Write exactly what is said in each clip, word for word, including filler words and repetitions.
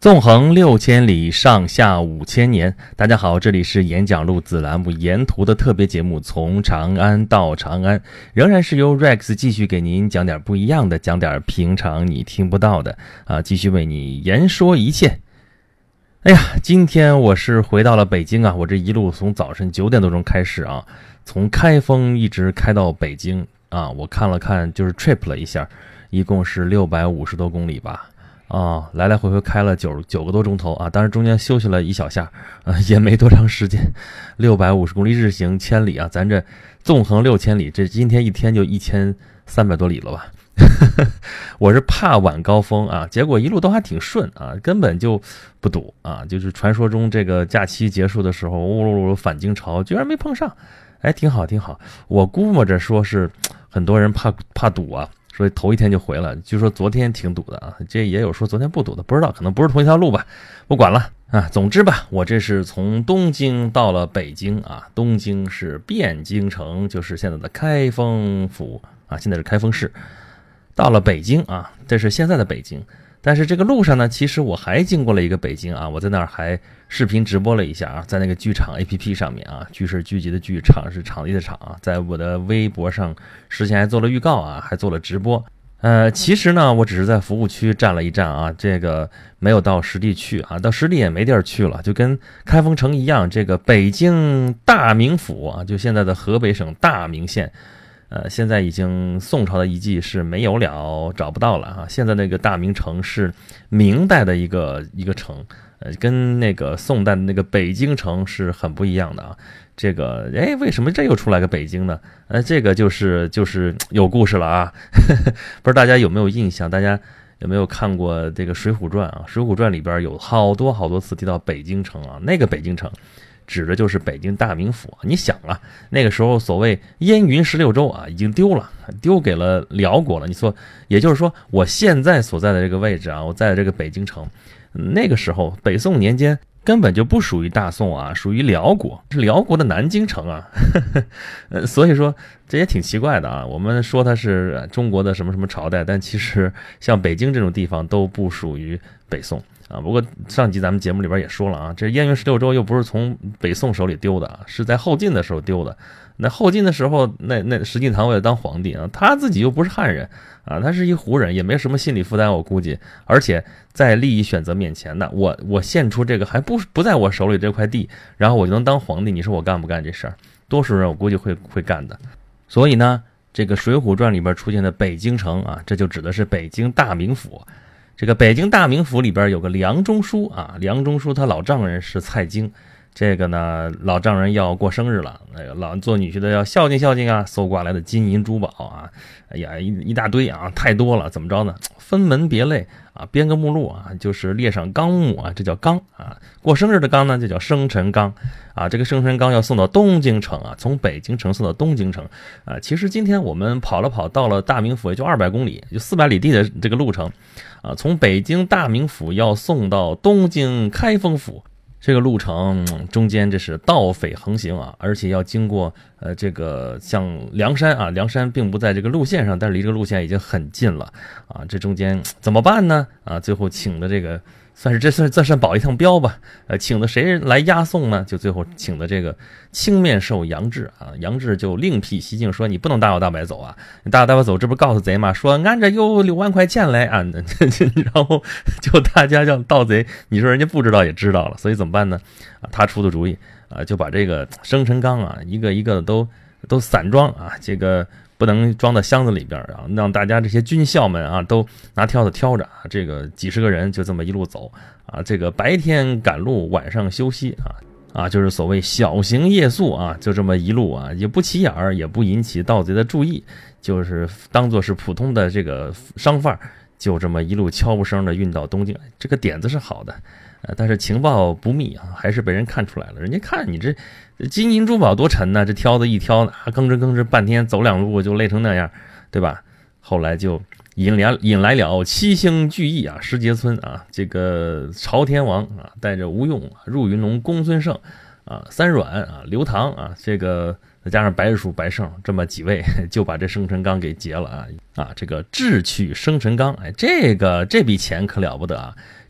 纵横六千里，上下五千年。大家好，这里是演讲录子栏目沿途的特别节目，从长安到长安，仍然是由 Rex 继续给您讲点不一样的，讲点平常你听不到的啊，继续为你言说一切。哎呀，今天我是回到了北京啊，我这一路从早晨九点多钟开始啊，从开封一直开到北京啊，我看了看，就是 trip 了一下，一共是六百五十多公里吧。啊，来来回回开了九九个多钟头啊，当然中间休息了一小下，啊，也没多长时间。六百五十公里日行千里啊，咱这纵横六千里，这今天一天就一千三百多里了吧？我是怕晚高峰啊，结果一路都还挺顺啊，根本就不堵啊，就是传说中这个假期结束的时候，呜噜噜返京潮，居然没碰上，哎，挺好挺好。我估摸着说是很多人怕怕堵啊。所以头一天就回了，据说昨天挺堵的啊，这也有说昨天不堵的，不知道，可能不是同一条路吧，不管了啊。总之吧，我这是从东京到了北京啊，东京是汴京城，就是现在的开封府啊，现在是开封市。到了北京啊，这是现在的北京。但是这个路上呢，其实我还经过了一个北京啊，我在那儿还视频直播了一下啊，在那个剧场 A P P 上面啊，剧是剧集的剧，场是场地的场啊，在我的微博上事先还做了预告啊，还做了直播。呃，其实呢，我只是在服务区站了一站啊，这个没有到实地去啊，到实地也没地儿去了，就跟开封城一样，这个北京大名府啊，就现在的河北省大名县。呃，现在已经宋朝的遗迹是没有了，找不到了啊。现在那个大名城是明代的一个一个城，呃，跟那个宋代的那个北京城是很不一样的啊。这个，哎，为什么这又出来个北京呢？呃，这个就是就是有故事了啊。不知道大家有没有印象？大家有没有看过这个《水浒传》啊？《水浒传》里边有好多好多次提到北京城啊，那个北京城。指的就是北京大名府。你想啊，那个时候所谓燕云十六州啊，已经丢了，丢给了辽国了。你说，也就是说，我现在所在的这个位置啊，我在这个北京城，那个时候北宋年间根本就不属于大宋啊，属于辽国，是辽国的南京城啊。呃，所以说这也挺奇怪的啊。我们说它是中国的什么什么朝代，但其实像北京这种地方都不属于北宋。啊，不过上集咱们节目里边也说了啊，这燕云十六州又不是从北宋手里丢的啊，是在后晋的时候丢的。那后晋的时候，那那石敬瑭为了当皇帝啊，他自己又不是汉人啊，他是一胡人，也没什么心理负担，我估计。而且在利益选择面前呢，我我献出这个还不不在我手里这块地，然后我就能当皇帝，你说我干不干这事儿？多数人我估计会会干的。所以呢，这个《水浒传》里边出现的北京城啊，这就指的是北京大名府。这个北京大名府里边有个梁中书啊，梁中书他老丈人是蔡京，这个呢老丈人要过生日了，那个老做女婿的要孝敬孝敬啊，搜刮来的金银珠宝啊，哎呀一一大堆啊，太多了，怎么着呢？分门别类啊，编个目录啊，就是列上纲目啊，这叫纲啊。过生日的纲呢，就叫生辰纲啊。这个生辰纲要送到东京城啊，从北京城送到东京城啊。其实今天我们跑了跑，到了大名府也就二百公里，就四百里地的这个路程。啊，从北京大名府要送到东京开封府，这个路程、嗯、中间这是盗匪横行啊，而且要经过呃这个像梁山啊，梁山并不在这个路线上，但是离这个路线已经很近了啊，这中间怎么办呢？啊，最后请的这个算是这算这算保一趟镖吧，呃，请的谁来押送呢？就最后请的这个青面兽杨志啊，杨志就另辟蹊径说你不能大摇大摆走啊，你大摇大摆走，这不是告诉贼吗？说俺这有六万块钱来啊，然后就大家叫盗贼，你说人家不知道也知道了，所以怎么办呢？啊，他出的主意啊，就把这个生辰纲啊，一个一个的都都散装啊，这个。不能装到箱子里边啊，让大家这些军校们啊都拿挑子挑着啊，这个几十个人就这么一路走啊，这个白天赶路，晚上休息啊啊，就是所谓小行夜宿啊，就这么一路啊，也不起眼儿，也不引起盗贼的注意，就是当做是普通的这个商贩，就这么一路悄无声的运到东京，这个点子是好的。呃，但是情报不密啊，还是被人看出来了。人家看你这金银珠宝多沉呢，这挑子一挑啊，吭哧吭哧半天走两路就累成那样，对吧？后来就引来引来了七星聚义啊，石碣村啊，这个朝天王啊，带着吴用、入云龙、公孙胜啊、三阮啊、刘唐啊，这个再加上白日鼠、白胜这么几位，就把这生辰纲给劫了啊啊！这个智取生辰纲，哎，这个这笔钱可了不得啊！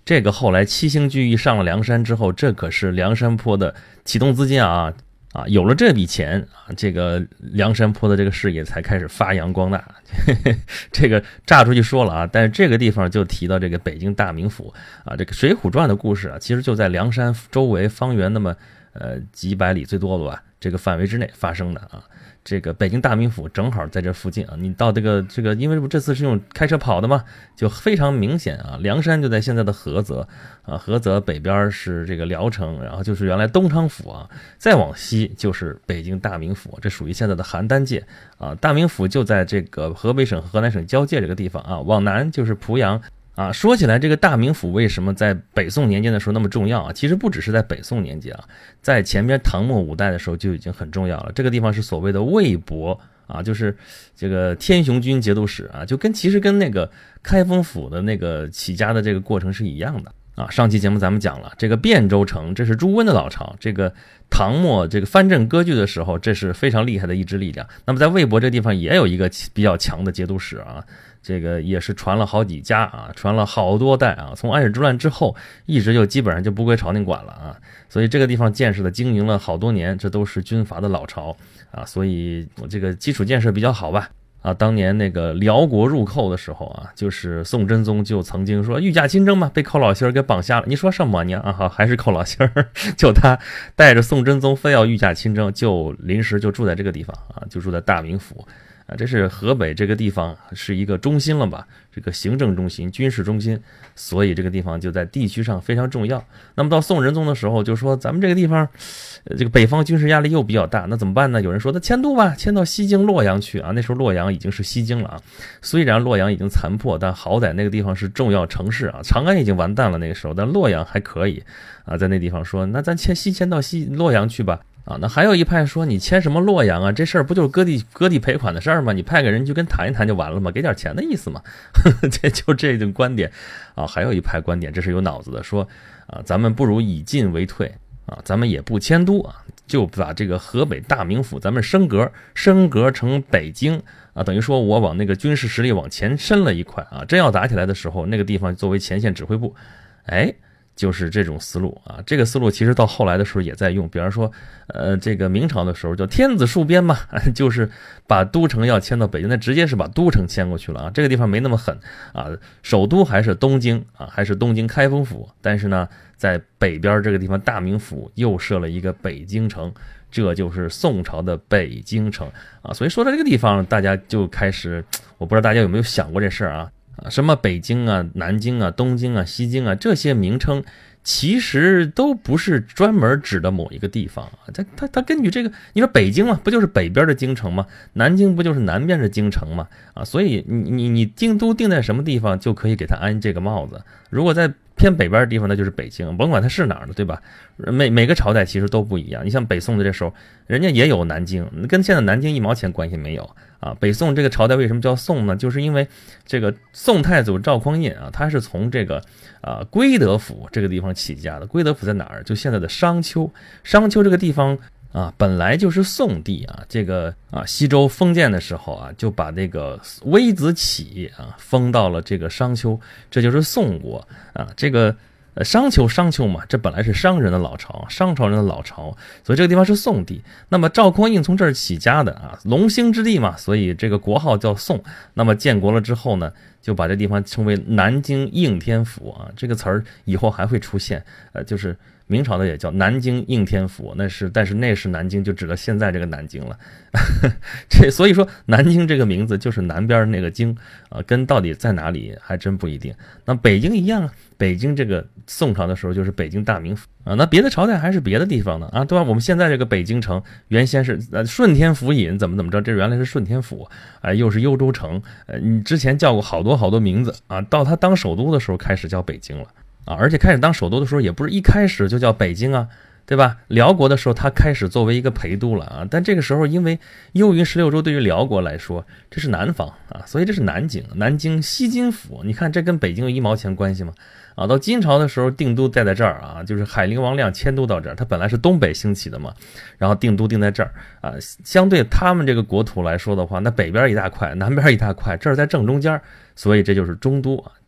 这个后来七星聚义上了梁山之后，这可是梁山泊的启动资金啊啊！有了这笔钱啊，这个梁山泊的这个事业才开始发扬光大。这个炸出去说了啊，但是这个地方就提到这个北京大名府啊，这个《水浒传》的故事啊，其实就在梁山周围方圆那么呃几百里最多了吧，这个范围之内发生的啊。这个北京大名府正好在这附近啊，你到这个这个，因为这次是用开车跑的嘛，就非常明显啊。梁山就在现在的菏泽啊，菏泽北边是这个聊城，然后就是原来东昌府啊，再往西就是北京大名府，这属于现在的邯郸界啊。大名府就在这个河北省和河南省交界这个地方啊，往南就是濮阳。啊，说起来，这个大名府为什么在北宋年间的时候那么重要啊？其实不只是在北宋年间啊，在前边唐末五代的时候就已经很重要了。这个地方是所谓的魏博啊，就是这个天雄军节度使啊，就跟其实跟那个开封府的那个起家的这个过程是一样的啊。上期节目咱们讲了，这个汴州城，这是朱温的老巢，这个唐末这个藩镇割据的时候，这是非常厉害的一支力量。那么在魏博这个地方也有一个比较强的节度使啊。这个也是传了好几家啊，传了好多代啊，从安史之乱之后一直就基本上就不归朝廷管了啊，所以这个地方建设的经营了好多年，这都是军阀的老巢啊，所以这个基础建设比较好吧啊。当年那个辽国入寇的时候啊，就是宋真宗就曾经说御驾亲征嘛，被寇老心儿给绑下了。你说什么呢？啊，好，还是寇老心儿，就他带着宋真宗非要御驾亲征，就临时就住在这个地方啊，就住在大名府。啊，这是河北这个地方是一个中心了吧？这个行政中心、军事中心，所以这个地方就在地区上非常重要。那么到宋仁宗的时候，就说咱们这个地方，这个北方军事压力又比较大，那怎么办呢？有人说那迁都吧，迁到西京洛阳去啊。那时候洛阳已经是西京了啊。虽然洛阳已经残破，但好歹那个地方是重要城市啊。长安已经完蛋了那个时候，但洛阳还可以啊。在那地方说，那咱迁西迁到西洛阳去吧。啊，那还有一派说你迁什么洛阳啊？这事儿不就是割地割地赔款的事儿吗？你派个人去跟谈一谈就完了吗？给点钱的意思嘛。这就这种观点啊。还有一派观点，这是有脑子的，说啊，咱们不如以进为退啊，咱们也不迁都啊，就把这个河北大名府咱们升格升格成北京啊，等于说我往那个军事实力往前伸了一块啊。真要打起来的时候，那个地方作为前线指挥部，哎。就是这种思路啊，这个思路其实到后来的时候也在用，比方说，呃，这个明朝的时候叫天子戍边嘛，就是把都城要迁到北京，那直接是把都城迁过去了啊，这个地方没那么狠啊，首都还是东京啊，还是东京开封府，但是呢，在北边这个地方大名府又设了一个北京城，这就是宋朝的北京城啊，所以说到这个地方，大家就开始，我不知道大家有没有想过这事儿啊。啊，什么北京啊、南京啊、东京啊、西京啊，这些名称其实都不是专门指的某一个地方啊。它它它根据这个，你说北京嘛，不就是北边的京城吗？南京不就是南边的京城吗？啊，所以你你你京都定在什么地方，就可以给它安这个帽子。如果在偏北边的地方，那就是北京，甭管它是哪儿的，对吧？每每个朝代其实都不一样。你像北宋的这时候，人家也有南京，跟现在南京一毛钱关系没有啊。北宋这个朝代为什么叫宋呢？就是因为这个宋太祖赵匡胤啊，他是从这个啊归德府这个地方起家的。归德府在哪儿？就现在的商丘。商丘这个地方啊，本来就是宋地啊。这个啊，西周封建的时候啊，就把这个微子启啊封到了这个商丘，这就是宋国啊。这个呃商丘商丘嘛，这本来是商人的老巢，商朝人的老巢，所以这个地方是宋地。那么赵匡胤从这儿起家的啊，龙兴之地嘛，所以这个国号叫宋。那么建国了之后呢，就把这地方称为南京应天府啊，这个词儿以后还会出现，呃，就是明朝的也叫南京应天府，那是但是那是南京，就指了现在这个南京了。这所以说南京这个名字就是南边那个京啊、呃，跟到底在哪里还真不一定。那北京一样啊，北京这个宋朝的时候就是北京大名府啊，那别的朝代还是别的地方的啊，对吧？我们现在这个北京城原先是呃顺天府尹怎么怎么着，这原来是顺天府啊、呃，又是幽州城，呃，你之前叫过好多好多名字啊，到他当首都的时候开始叫北京了。啊，而且开始当首都的时候，也不是一开始就叫北京啊，对吧？辽国的时候，他开始作为一个陪都了啊。但这个时候，因为幽云十六州对于辽国来说，这是南方啊，所以这是南京、南京西京府。你看，这跟北京有一毛钱关系吗？啊，到金朝的时候，定都在在这儿啊，就是海陵王亮迁都到这儿，他本来是东北兴起的嘛，然后定都定在这儿啊。相对他们这个国土来说的话，那北边一大块，南边一大块，这儿在正中间，所以这就是中都啊。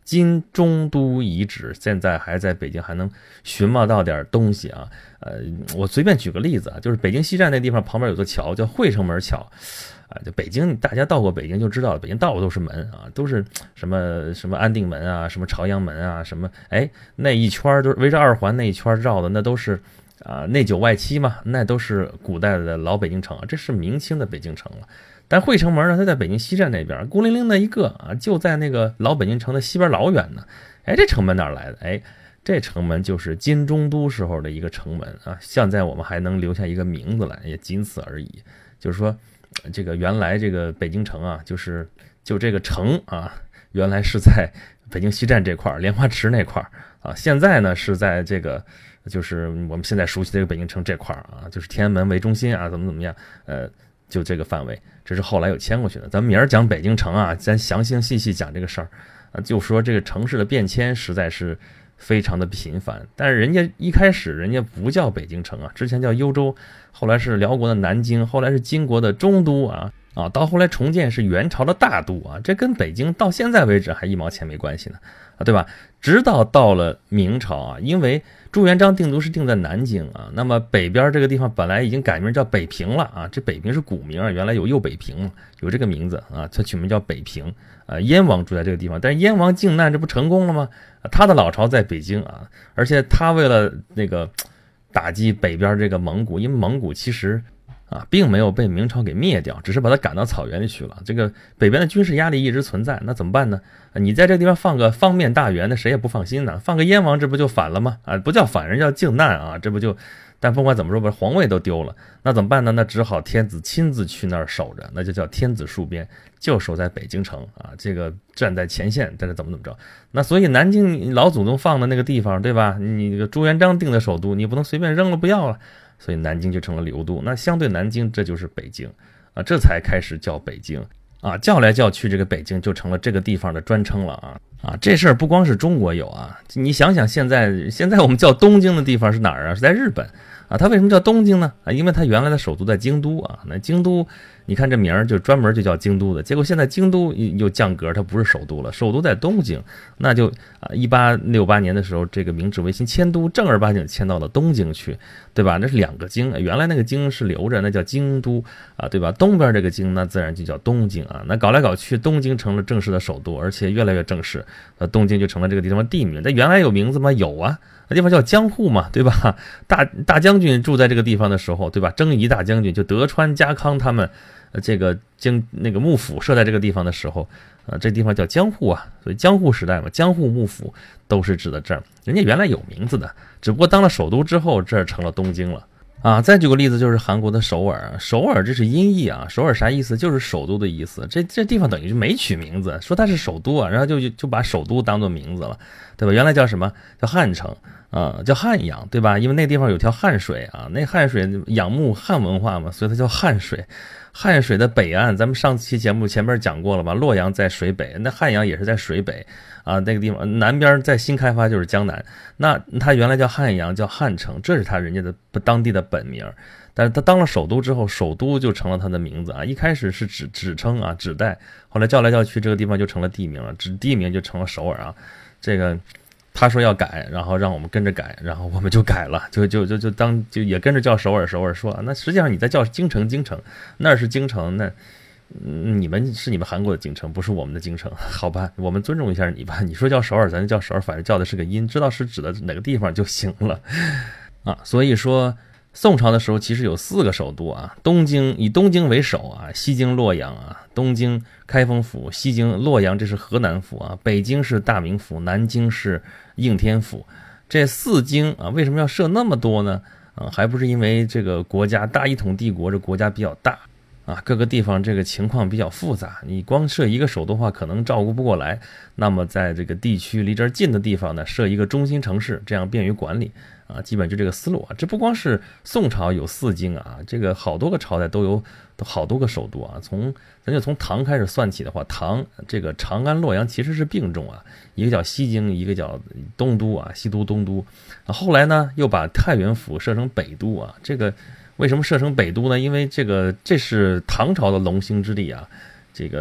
金中都遗址，现在还在北京还能寻摸到点东西啊。呃，我随便举个例子啊，就是北京西站那地方旁边有座桥叫汇城门桥。啊，就北京，大家到过北京就知道了，北京到处都是门啊，都是什么什么安定门啊，什么朝阳门啊，什么哎那一圈都围着二环那一圈绕的，那都是啊内九外七嘛，那都是古代的老北京城啊，这是明清的北京城了。但汇城门呢，它在北京西站那边，孤零零的一个啊，就在那个老北京城的西边老远呢。哎，这城门哪来的？哎，这城门就是金中都时候的一个城门啊，现在我们还能留下一个名字来，也仅此而已。就是说。这个原来这个北京城啊，就是就这个城啊，原来是在北京西站这块莲花池那块啊，现在呢是在这个就是我们现在熟悉的这个北京城这块啊，就是天安门为中心啊，怎么怎么样，呃，就这个范围，这是后来有迁过去的。咱们明儿讲北京城啊，咱详细细细讲这个事儿啊，就说这个城市的变迁实在是非常的频繁，但是人家一开始人家不叫北京城啊，之前叫幽州，后来是辽国的南京，后来是金国的中都啊啊，到后来重建是元朝的大都啊，这跟北京到现在为止还一毛钱没关系呢啊，对吧？直到到了明朝啊，因为朱元璋定都是定在南京啊，那么北边这个地方本来已经改名叫北平了啊，这北平是古名啊，原来有右北平，有这个名字啊，他取名叫北平啊，燕王住在这个地方，但是燕王靖难这不成功了吗？他的老巢在北京啊，而且他为了那个打击北边这个蒙古，因为蒙古其实啊并没有被明朝给灭掉，只是把他赶到草原里去了。这个北边的军事压力一直存在，那怎么办呢？你在这个地方放个方面大员，那谁也不放心呢。放个燕王，这不就反了吗？啊，不叫反，人叫靖难啊，这不就。但不管怎么说，把皇位都丢了，那怎么办呢？那只好天子亲自去那儿守着，那就叫天子戍边，就守在北京城啊，这个站在前线，但是怎么怎么着？那所以南京老祖宗放的那个地方，对吧？你这个朱元璋定的首都，你不能随便扔了不要了，所以南京就成了流都。那相对南京，这就是北京啊，这才开始叫北京啊，叫来叫去，这个北京就成了这个地方的专称了啊。啊，这事儿不光是中国有啊，你想想现在现在我们叫东京的地方是哪儿啊？是在日本啊。它为什么叫东京呢？啊，因为它原来的首都在京都啊。那京都，你看这名儿就专门就叫京都的，结果现在京都又降格，它不是首都了，首都在东京，那就啊，一八六八年的时候，这个明治维新迁都，正儿八经迁到了东京去，对吧？那是两个京，原来那个京是留着，那叫京都啊，对吧？东边这个京那自然就叫东京啊。那搞来搞去，东京成了正式的首都，而且越来越正式。呃，东京就成了这个地方地名，但原来有名字吗？有啊，那地方叫江户嘛，对吧？大大将军住在这个地方的时候，对吧？征夷大将军就德川家康他们，呃，这个经那个幕府设在这个地方的时候，呃，这地方叫江户啊，所以江户时代嘛，江户幕府都是指的这儿，人家原来有名字的，只不过当了首都之后，这儿成了东京了。啊，再举个例子，就是韩国的首尔。首尔这是音译啊，首尔啥意思？就是首都的意思。这这地方等于就没取名字，说它是首都啊，然后就就把首都当做名字了，对吧？原来叫什么？叫汉城啊，叫汉阳，对吧？因为那地方有条汉水啊，那汉水仰慕汉文化嘛，所以它叫汉水。汉水的北岸，咱们上期节目前面讲过了吧？洛阳在水北，那汉阳也是在水北啊。那个地方南边在新开发就是江南，那它原来叫汉阳，叫汉城，这是他人家的当地的本名。但是他当了首都之后，首都就成了他的名字啊。一开始是指指称啊，指代，后来叫来叫去，这个地方就成了地名了，指地名就成了首尔啊。这个他说要改，然后让我们跟着改，然后我们就改了，就就就就当就也跟着叫首尔首尔说，那实际上你在叫京城京城，那是京城，那你们是你们韩国的京城，不是我们的京城，好吧？我们尊重一下你吧。你说叫首尔，咱就叫首尔，反正叫的是个音，知道是指的哪个地方就行了啊。所以说宋朝的时候其实有四个首都啊，东京以东京为首啊，西京洛阳啊，东京开封府，西京洛阳这是河南府啊，北京是大名府，南京是应天府。这四京啊，为什么要设那么多呢？啊，还不是因为这个国家大一统帝国，这国家比较大啊，各个地方这个情况比较复杂，你光设一个首都的话可能照顾不过来，那么在这个地区离这儿近的地方呢，设一个中心城市，这样便于管理啊，基本就这个思路啊。这不光是宋朝有四京啊，这个好多个朝代都有都好多个首都啊。从咱就从唐开始算起的话，唐这个长安、洛阳其实是并重啊，一个叫西京，一个叫东都啊，西都、东都。啊、后来呢，又把太原府设成北都啊，这个。为什么设成北都呢？因为这个这是唐朝的龙兴之地啊，这个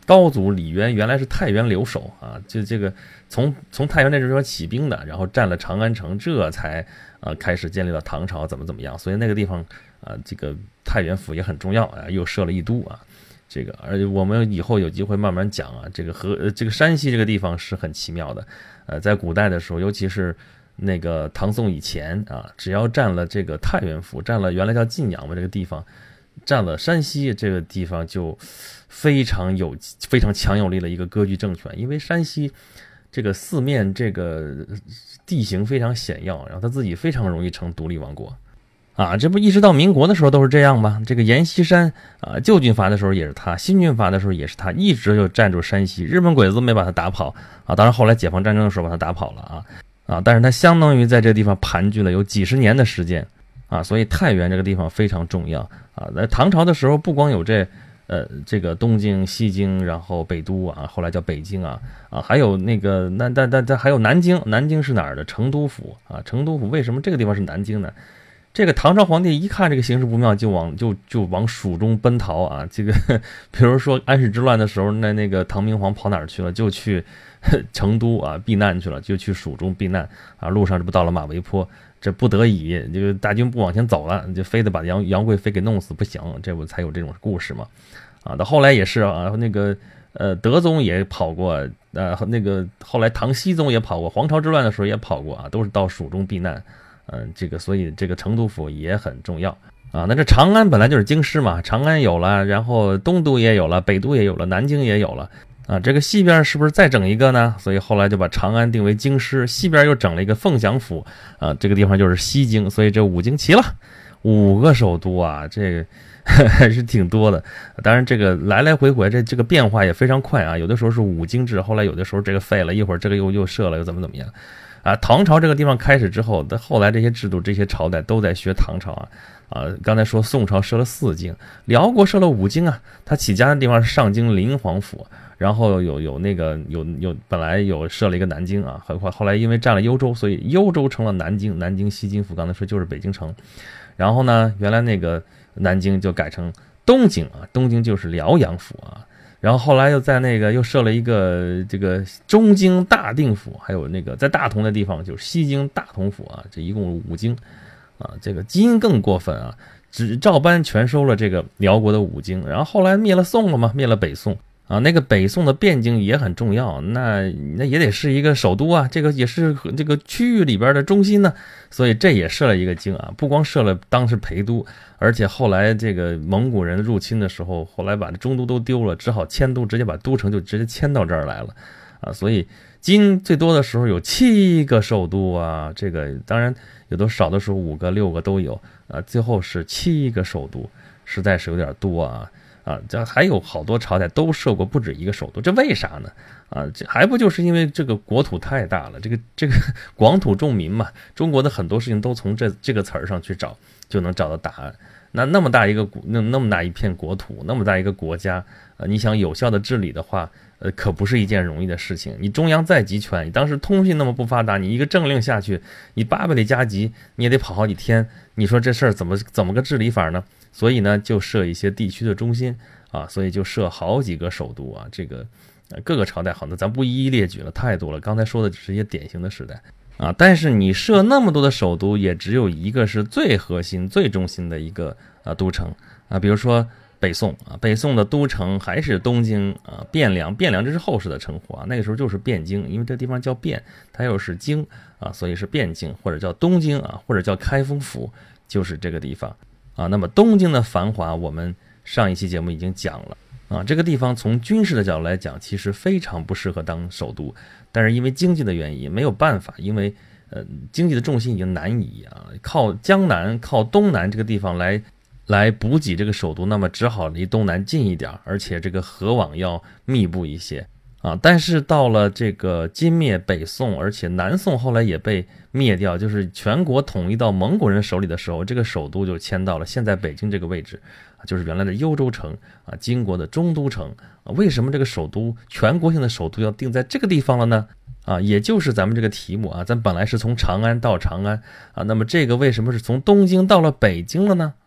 高祖李渊原来是太原留守啊，就这个从从太原那地方起兵的，然后占了长安城，这才呃开始建立了唐朝，怎么怎么样。所以那个地方啊、呃，这个太原府也很重要啊，又设了一都啊。这个，而且我们以后有机会慢慢讲啊。这个和呃这个山西这个地方是很奇妙的，呃，在古代的时候，尤其是那个唐宋以前啊，只要占了这个太原府，占了原来叫晋阳嘛这个地方，占了山西这个地方，就非常有非常强有力的一个割据政权。因为山西这个四面这个地形非常险要，然后他自己非常容易成独立王国。啊，这不一直到民国的时候都是这样吗？这个阎锡山啊，旧军阀的时候也是他，新军阀的时候也是他，一直就占住山西，日本鬼子都没把他打跑啊。当然后来解放战争的时候把他打跑了啊啊，但是他相当于在这个地方盘踞了有几十年的时间啊，所以太原这个地方非常重要啊。在唐朝的时候，不光有这呃这个东京、西京，然后北都啊，后来叫北京啊啊，还有那个那但但但还有南京，南京是哪儿的？成都府啊，成都府为什么这个地方是南京呢？这个唐朝皇帝一看这个形势不妙，就往就就往蜀中奔逃啊！这个比如说安史之乱的时候，那那个唐明皇跑哪儿去了？就去成都啊避难去了，就去蜀中避难啊。路上这不到了马嵬坡，这不得已，这个大军不往前走了，就非得把杨杨贵妃给弄死不行，这不才有这种故事嘛？啊，到后来也是啊，那个呃德宗也跑过，呃那个后来唐僖宗也跑过，黄巢之乱的时候也跑过啊，都是到蜀中避难。嗯，这个所以这个成都府也很重要啊。那这长安本来就是京师嘛，长安有了，然后东都也有了，北都也有了，南京也有了啊。这个西边是不是再整一个呢？所以后来就把长安定为京师，西边又整了一个凤翔府啊，这个地方就是西京。所以这五京齐了，五个首都啊，这个还是挺多的。当然这个来来回回这这个变化也非常快啊，有的时候是五京制，后来有的时候这个废了，一会儿这个又又设了，又怎么怎么样。啊，唐朝这个地方开始之后，的后来这些制度、这些朝代都在学唐朝啊。啊，刚才说宋朝设了四京，辽国设了五京啊。他起家的地方是上京临皇府，然后有有那个有有本来有设了一个南京啊，后后来因为占了幽州，所以幽州成了南京，南京西京府刚才说就是北京城。然后呢，原来那个南京就改成东京啊，东京就是辽阳府啊。然后后来又在那个又设了一个这个中京大定府，还有那个在大同的地方就是西京大同府啊，这一共五京啊。这个金更过分啊，只照搬全收了这个辽国的五京，然后后来灭了宋了嘛，灭了北宋啊。那个北宋的汴京也很重要，那那也得是一个首都啊，这个也是这个区域里边的中心呢，所以这也设了一个京啊，不光设了当时陪都。而且后来这个蒙古人入侵的时候，后来把这中都都丢了，只好迁都，直接把都城就直接迁到这儿来了，啊，所以金最多的时候有七个首都啊，这个当然有的少的时候五个六个都有啊，最后是七个首都，实在是有点多啊啊，这还有好多朝代都设过不止一个首都，这为啥呢？啊，这还不就是因为这个国土太大了，这个这个广土重民嘛，中国的很多事情都从这这个词儿上去找，就能找到答案。那那么大一个那那么大一片国土，那么大一个国家，呃，你想有效的治理的话，呃，可不是一件容易的事情。你中央再集权，你当时通讯那么不发达，你一个政令下去，你八百里加急，你也得跑好几天。你说这事儿怎么怎么个治理法呢？所以呢，就设一些地区的中心啊，所以就设好几个首都啊。这个呃各个朝代好，那咱不一一列举了，太多了。刚才说的只是一些典型的时代。啊，但是你设那么多的首都，也只有一个是最核心、最中心的一个啊都城啊。比如说北宋啊，北宋的都城还是东京啊，汴梁，汴梁这是后世的称呼啊，那个时候就是汴京，因为这地方叫汴，它又是京啊，所以是汴京，或者叫东京啊，或者叫开封府，就是这个地方啊。那么东京的繁华，我们上一期节目已经讲了。啊，这个地方从军事的角度来讲，其实非常不适合当首都，但是因为经济的原因，没有办法，因为呃经济的重心已经南移啊，靠江南、靠东南这个地方来来补给这个首都，那么只好离东南近一点，而且这个河网要密布一些啊。但是到了这个金灭北宋，而且南宋后来也被灭掉，就是全国统一到蒙古人手里的时候，这个首都就迁到了现在北京这个位置。就是原来的幽州城啊，金国的中都城啊。为什么这个首都全国性的首都要定在这个地方了呢？啊，也就是咱们这个题目啊，咱本来是从长安到长安啊，那么这个为什么是从东京到了北京了呢？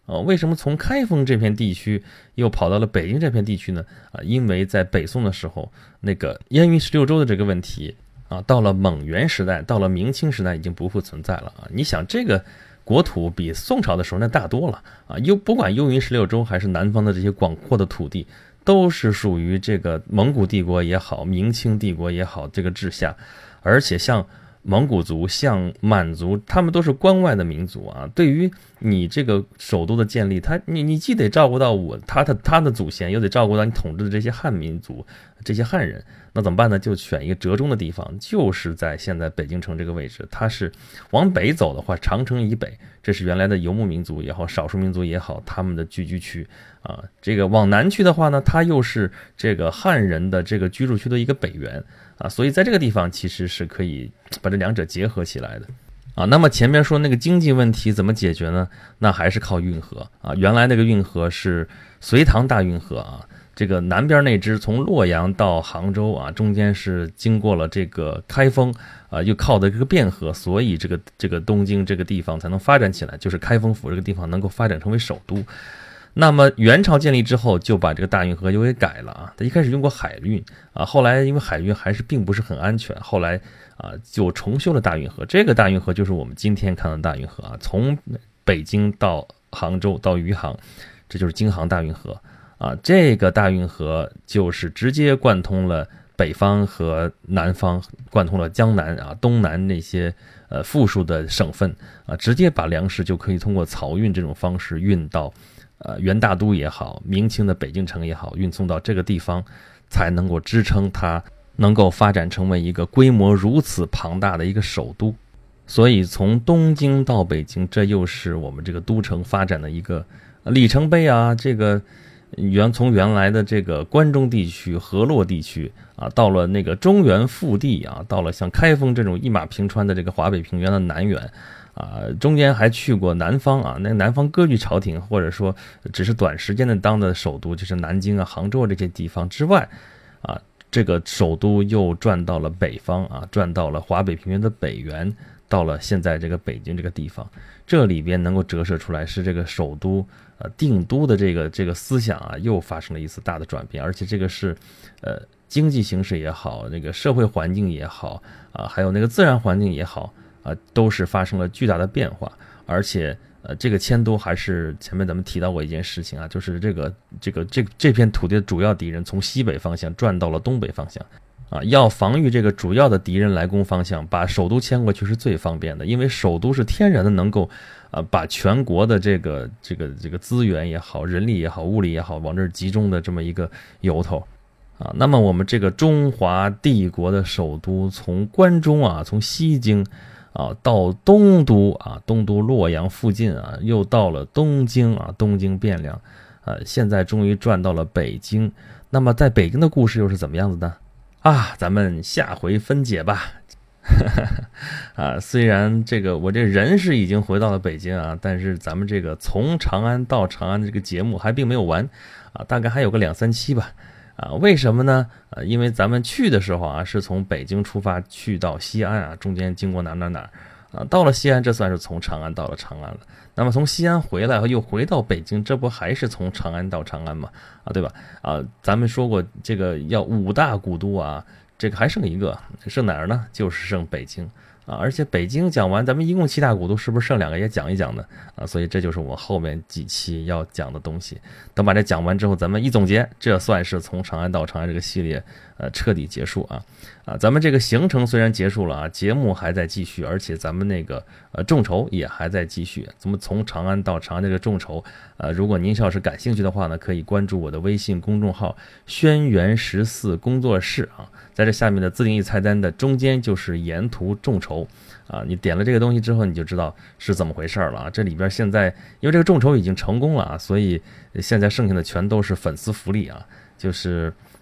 啊，为什么从开封这片地区又跑到了北京这片地区呢？啊，因为在北宋的时候，那个燕云十六州的这个问题啊，到了蒙元时代，到了明清时代已经不复存在了啊。你想这个国土比宋朝的时候那大多了啊，又不管幽云十六州还是南方的这些广阔的土地，都是属于这个蒙古帝国也好，明清帝国也好这个治下，而且像蒙古族、像满族，他们都是关外的民族啊。对于你这个首都的建立，他你你既得照顾到我他的他的祖先，又得照顾到你统治的这些汉民族、这些汉人，那怎么办呢？就选一个折中的地方，就是在现在北京城这个位置。它是往北走的话，长城以北，这是原来的游牧民族也好，少数民族也好，他们的聚居区啊。这个往南去的话呢，它又是这个汉人的这个居住区的一个北缘。啊，所以在这个地方其实是可以把这两者结合起来的啊。那么前面说那个经济问题怎么解决呢？那还是靠运河啊。原来那个运河是隋唐大运河啊，这个南边那支从洛阳到杭州啊，中间是经过了这个开封啊，又靠的这个汴河，所以这个这个东京这个地方才能发展起来，就是开封府这个地方能够发展成为首都。那么元朝建立之后，就把这个大运河又给改了啊。他一开始用过海运啊，后来因为海运还是并不是很安全，后来啊就重修了大运河。这个大运河就是我们今天看到的大运河啊，从北京到杭州到余杭，这就是京杭大运河啊。这个大运河就是直接贯通了北方和南方，贯通了江南啊、东南那些呃富庶的省份啊，直接把粮食就可以通过漕运这种方式运到。呃，元大都也好，明清的北京城也好，运送到这个地方，才能够支撑它能够发展成为一个规模如此庞大的一个首都。所以从东京到北京，这又是我们这个都城发展的一个里程碑啊。这个原从原来的这个关中地区、河洛地区啊，到了那个中原腹地啊，到了像开封这种一马平川的这个华北平原的南缘。啊，中间还去过南方啊，那南方割据朝廷，或者说只是短时间的当的首都，就是南京啊、杭州这些地方之外，啊，这个首都又转到了北方啊，转到了华北平原的北缘，到了现在这个北京这个地方，这里边能够折射出来是这个首都呃定都的这个这个思想啊，又发生了一次大的转变，而且这个是呃经济形势也好，那个社会环境也好啊，还有那个自然环境也好。啊，都是发生了巨大的变化，而且呃，这个迁都还是前面咱们提到过一件事情啊，就是这个这个这这片土地的主要敌人从西北方向转到了东北方向，啊，要防御这个主要的敌人来攻方向，把首都迁过去是最方便的，因为首都是天然的能够啊把全国的这个这个这个资源也好、人力也好、物力也好往这儿集中的这么一个由头。啊，那么我们这个中华帝国的首都从关中啊，从西京。啊，到东都啊，东都洛阳附近啊，又到了东京啊，东京汴梁，呃，现在终于转到了北京。那么在北京的故事又是怎么样子呢？啊，咱们下回分解吧。啊，虽然这个我这人是已经回到了北京啊，但是咱们这个从长安到长安的这个节目还并没有完啊，大概还有个两三期吧。啊，为什么呢？呃，因为咱们去的时候啊，是从北京出发去到西安啊，中间经过哪哪哪啊，到了西安，这算是从长安到了长安了。那么从西安回来又回到北京，这不还是从长安到长安吗？啊，对吧？啊，咱们说过这个要五大古都啊，这个还剩一个，剩哪儿呢？就是剩北京。啊，而且北京讲完，咱们一共七大古都，是不是剩两个也讲一讲呢？啊，所以这就是我后面几期要讲的东西。等把这讲完之后，咱们一总结，这算是从长安到长安这个系列，呃，彻底结束啊。啊，咱们这个行程虽然结束了啊，节目还在继续，而且咱们那个呃众筹也还在继续。咱们从长安到长安这个众筹，呃，如果您要是感兴趣的话呢，可以关注我的微信公众号“轩辕十四工作室”啊。在这下面的自定义菜单的中间就是沿途众筹啊，你点了这个东西之后，你就知道是怎么回事了啊。这里边现在因为这个众筹已经成功了啊，所以现在剩下的全都是粉丝福利啊，就是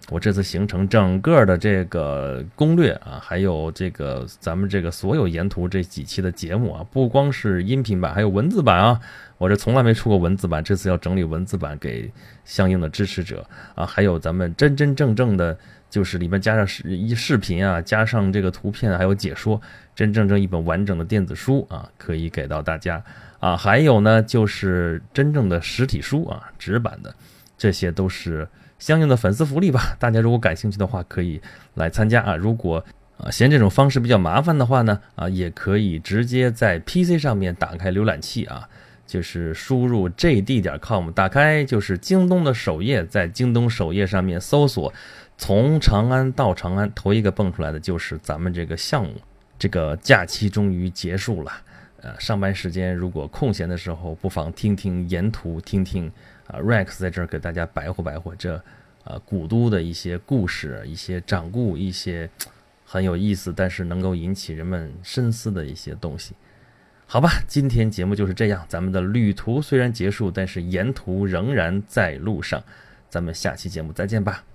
我这次行程整个的这个攻略啊，还有这个咱们这个所有沿途这几期的节目啊，不光是音频版，还有文字版啊。我这从来没出过文字版，这次要整理文字版给相应的支持者啊，还有咱们真真正正的，就是里面加上视一视频啊，加上这个图片，还有解说，真正正一本完整的电子书啊，可以给到大家啊。还有呢，就是真正的实体书啊，纸版的，这些都是相应的粉丝福利吧。大家如果感兴趣的话，可以来参加啊。如果啊嫌这种方式比较麻烦的话呢，啊也可以直接在 P C 上面打开浏览器啊。就是输入 j d 点 com， 打开就是京东的首页，在京东首页上面搜索从长安到长安，头一个蹦出来的就是咱们这个项目。这个假期终于结束了，呃，上班时间如果空闲的时候，不妨听听沿途，听听啊 Rex 在这儿给大家白活白活这啊古都的一些故事，一些掌故，一些很有意思，但是能够引起人们深思的一些东西。好吧，今天节目就是这样，咱们的旅途虽然结束，但是沿途仍然在路上，咱们下期节目再见吧。